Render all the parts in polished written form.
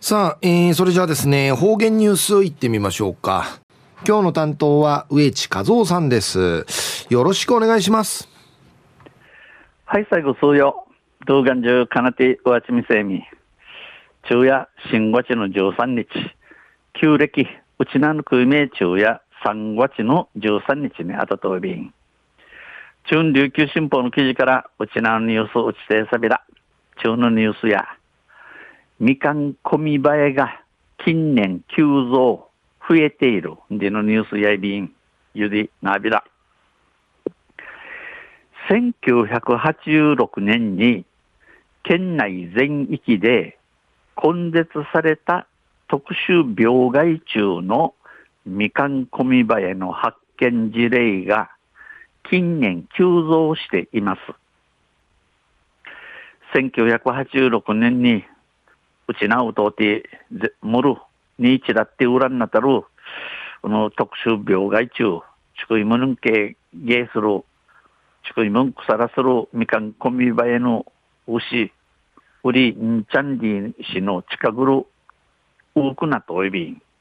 さあ、それじゃあですね、方言ニュースいってみましょうか。今日の担当は植地和夫さんです。よろしくお願いします。 はい、最後、数曜。動画中、かなて、うわちみせみ。昼夜、新月の13日。旧暦、うちなぬくいめ昼夜、3月の13日にあたとびん。中琉球新報の記事から、うちなのニュースうちてさびら。中のニュースや、みかんこみばえが近年急増、増えている。でのニュースやいびん。ゆりなびら。1986年に県内全域で根絶された特殊病害虫のみかんこみばえの発見事例が近年急増しています。1986年にうちなうとうてむるにちだってうらんなたるこの特殊病害虫ちくいむぬんけげするちくいむんくさらするみかんこみばえの牛うりんちゃんりしの近ぐるうくなとおいびん。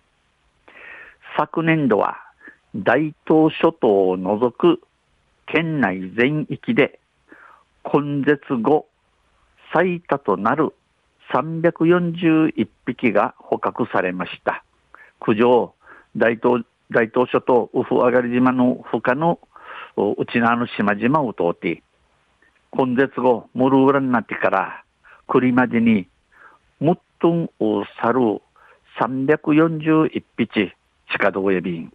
昨年度は大東諸島を除く県内全域で根絶後最多となる341匹が捕獲されました。九条大東諸島ウフ上がり島の他のうちなの島々を通って根絶後ムルーラになってから栗までにもっとんを去る341匹しかどうやびん。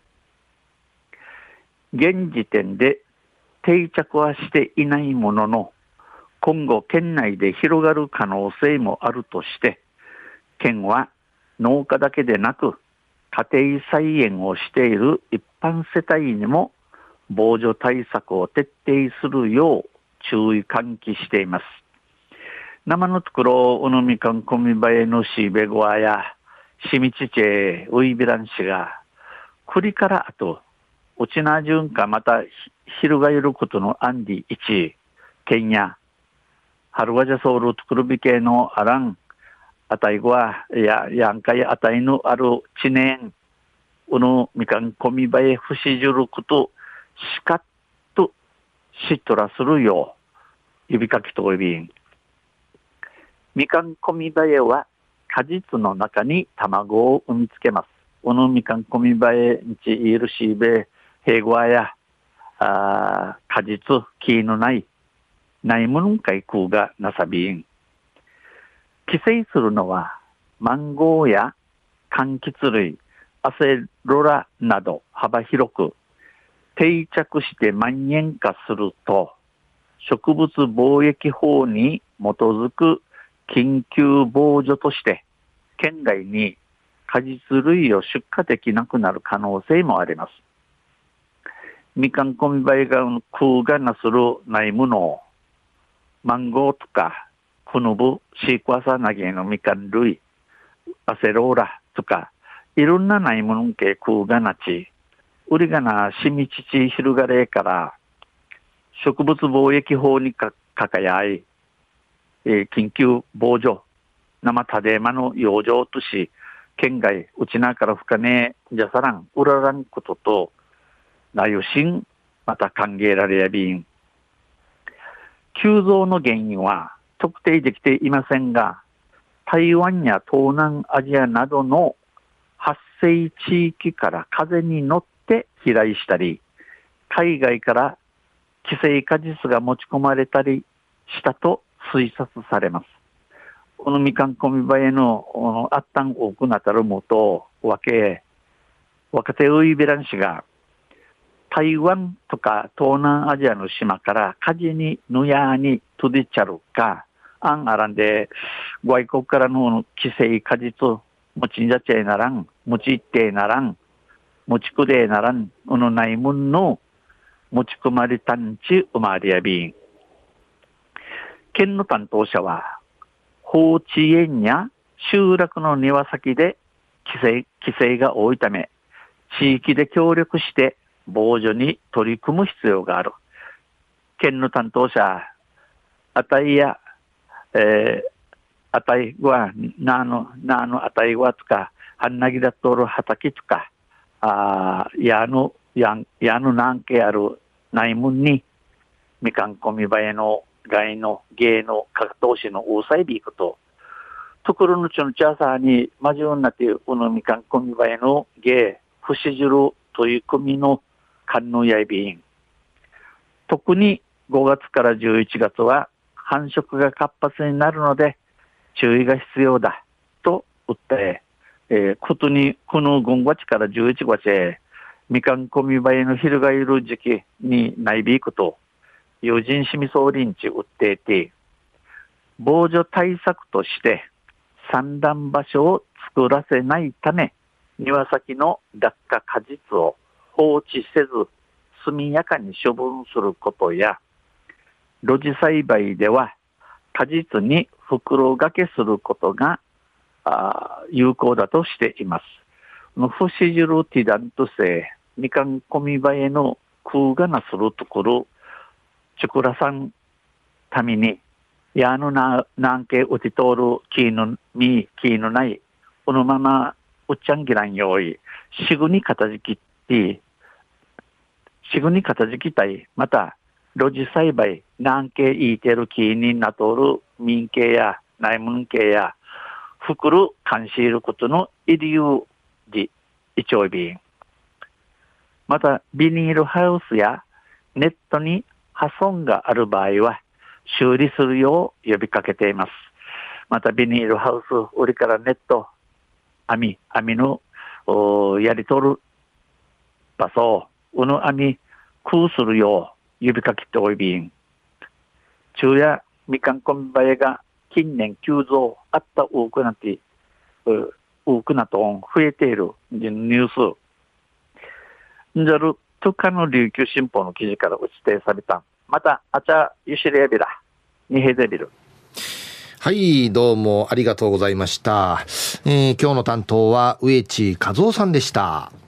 現時点で定着はしていないものの今後県内で広がる可能性もあるとして県は農家だけでなく家庭菜園をしている一般世帯にも防除対策を徹底するよう注意喚起しています。生のところおのみかんこみばえのしべごわやしみちちえういびらんしが栗からあとうちなじゅんかまた昼がゆることのアンディ1県や春わじゃソウルとくるびけのあらんあたいごはやんかいあたいのあるちねんうのみかんこみばえふしじゅることしかっとしっとらするよう指かきとおびん。みかんこみばえは果実の中に卵を産みつけます。このみかんこみばえにちいるしべ平和や果実木のないものんかいくうがなさびん。寄生するのはマンゴーや柑橘類アセロラなど幅広く定着して蔓延化すると植物防疫法に基づく緊急防除として県外に果実類を出荷できなくなる可能性もあります。みかんこみばえが空がなするないものをマンゴーとかクヌブシークワサナゲのみかん類アセローラとかいろんなないもの系空がなち売りがなしみちちひるがれから植物防疫法にかかやい、緊急防除生たでまの養生とし県外うちなからふかねじゃさらんうららんこととなゆしんまた歓迎られやびん。急増の原因は特定できていませんが台湾や東南アジアなどの発生地域から風に乗って飛来したり海外から寄生果実が持ち込まれたりしたと推察されます。このみかんこみばえのあったん多くなたるもと若手ウイベラン氏が台湾とか東南アジアの島から火事にぬやにとでちゃるかあんあらんで外国からの寄生果実持ちんじゃちゃいならん持ちいってならん持ちくでならんうのないもんの持ち込まれたんちうまりやびん。県の担当者は放置園や集落の庭先で規制が多いため地域で協力して防除に取り組む必要がある。県の担当者あたいや、 あたいは、なのあたいはつか、はんなぎだっとる畑つか、やのなんけある内門に、みかんこみばえの外の芸の格闘士の大さいびいこと、ところのちのチャーサーに、まじゅうなっていう、このみかんこみばえの芸、ふしじるという組の観音やいびん。特に5月から11月は繁殖が活発になるので注意が必要だと訴え、ことにこの5月から11月へみかんこみばえの昼がいる時期にないびいくと友人市民総林地訴えて、防除対策として産卵場所を作らせないため庭先の落下果実を放置せず速やかに処分することや、露地栽培では果実に袋掛けすることが有効だとしています。ふしじるティダントセみかんこみばえの空がなするところチュクラさんためにやのなんけうち通る木のないこのままうっちゃんぎらんよいしぐに片付きってしぐに片付きたいまた露地栽培南系いいてる木になとる民系や内門系や袋監視いることの理由で一応便またビニールハウスやネットに破損がある場合は修理するよう呼びかけています。またビニールハウス売りからネット網のやり取る場所うぬ網空するよう呼びかけておいびん。昼夜みかんこみばえが近年急増あった多くなって多くなと増えているニュースんじゃるとかの琉球新報の記事から指定されたまたあちゃゆしれびらにへでびる。 はい、どうもありがとうございました。今日の担当は植地和夫さんでした。